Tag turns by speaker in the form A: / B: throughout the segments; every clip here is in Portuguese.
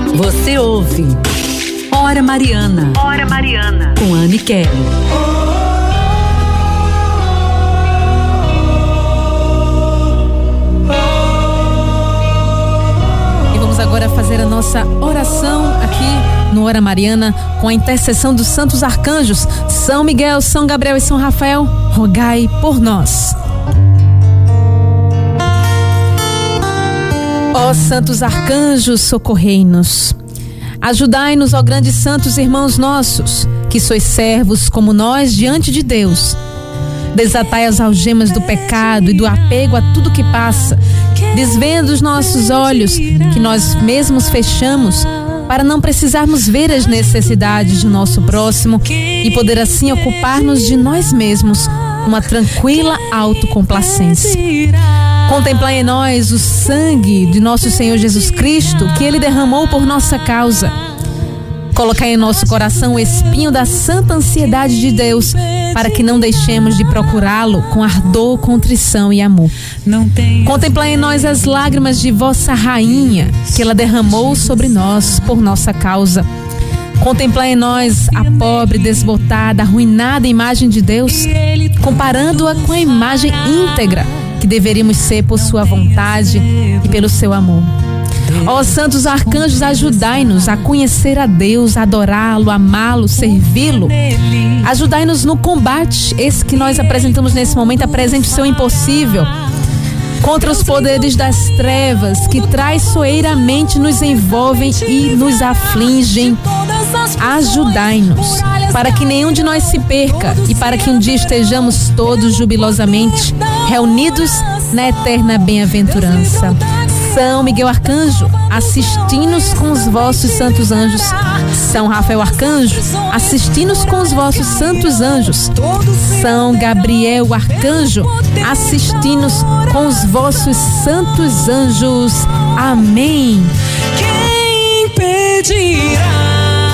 A: Você ouve Hora Mariana. Hora Mariana. Com Anne Kelly.
B: E vamos agora fazer a nossa oração aqui no Hora Mariana com a intercessão dos santos arcanjos São Miguel, São Gabriel e São Rafael. Rogai por nós. Ó santos arcanjos, socorrei-nos. Ajudai-nos, ó grandes santos irmãos nossos, que sois servos como nós diante de Deus. Desatai as algemas do pecado e do apego a tudo que passa, desvendo os nossos olhos, que nós mesmos fechamos, para não precisarmos ver as necessidades do nosso próximo e poder assim ocupar-nos de nós mesmos, uma tranquila autocomplacência. Contemplai em nós o sangue de nosso Senhor Jesus Cristo, que Ele derramou por nossa causa. Colocai em nosso coração o espinho da santa ansiedade de Deus, para que não deixemos de procurá-lo com ardor, contrição e amor. Contemplai em nós as lágrimas de vossa rainha, que ela derramou sobre nós por nossa causa. Contemplai em nós a pobre, desbotada, arruinada imagem de Deus, comparando-a com a imagem íntegra que deveríamos ser por sua vontade e pelo seu amor. Ó santos arcanjos, ajudai-nos a conhecer a Deus, adorá-lo, amá-lo, servi-lo. Ajudai-nos no combate, esse que nós apresentamos nesse momento, apresente o seu impossível contra os poderes das trevas que traiçoeiramente nos envolvem e nos afligem. Ajudai-nos para que nenhum de nós se perca e para que um dia estejamos todos jubilosamente reunidos na eterna bem-aventurança. São Miguel Arcanjo, assisti-nos com os vossos santos anjos. São Rafael Arcanjo, assisti-nos com os vossos santos anjos. São Gabriel Arcanjo, assisti-nos com os vossos santos anjos. Amém.
C: Quem impedirá?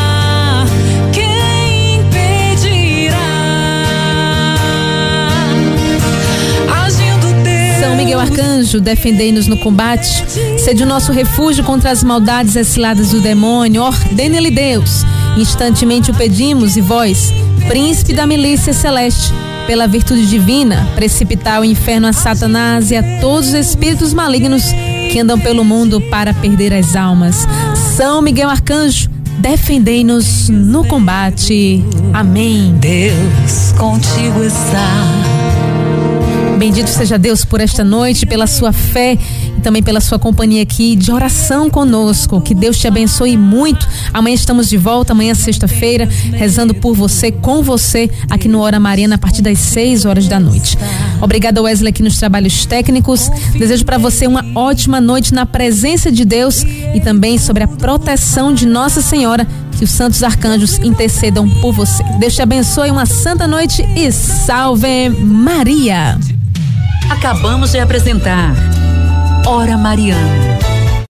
B: São Miguel Arcanjo, defendei-nos no combate, sede o nosso refúgio contra as maldades exciladas do demônio. Ordene-lhe Deus, instantemente o pedimos, e vós, príncipe da milícia celeste, pela virtude divina, precipitai ao inferno a Satanás e a todos os espíritos malignos que andam pelo mundo para perder as almas. São Miguel Arcanjo, defendei-nos no combate. Amém.
C: Deus contigo está.
B: Bendito seja Deus por esta noite, pela sua fé e também pela sua companhia aqui de oração conosco. Que Deus te abençoe muito. Amanhã estamos de volta, amanhã sexta-feira, rezando por você, com você, aqui no Hora Mariana, a partir das 6 horas da noite. Obrigada, Wesley, aqui nos trabalhos técnicos. Desejo para você uma ótima noite na presença de Deus e também sobre a proteção de Nossa Senhora. Que os santos arcanjos intercedam por você. Deus te abençoe, uma santa noite e salve Maria.
A: Acabamos de apresentar Hora Mariana.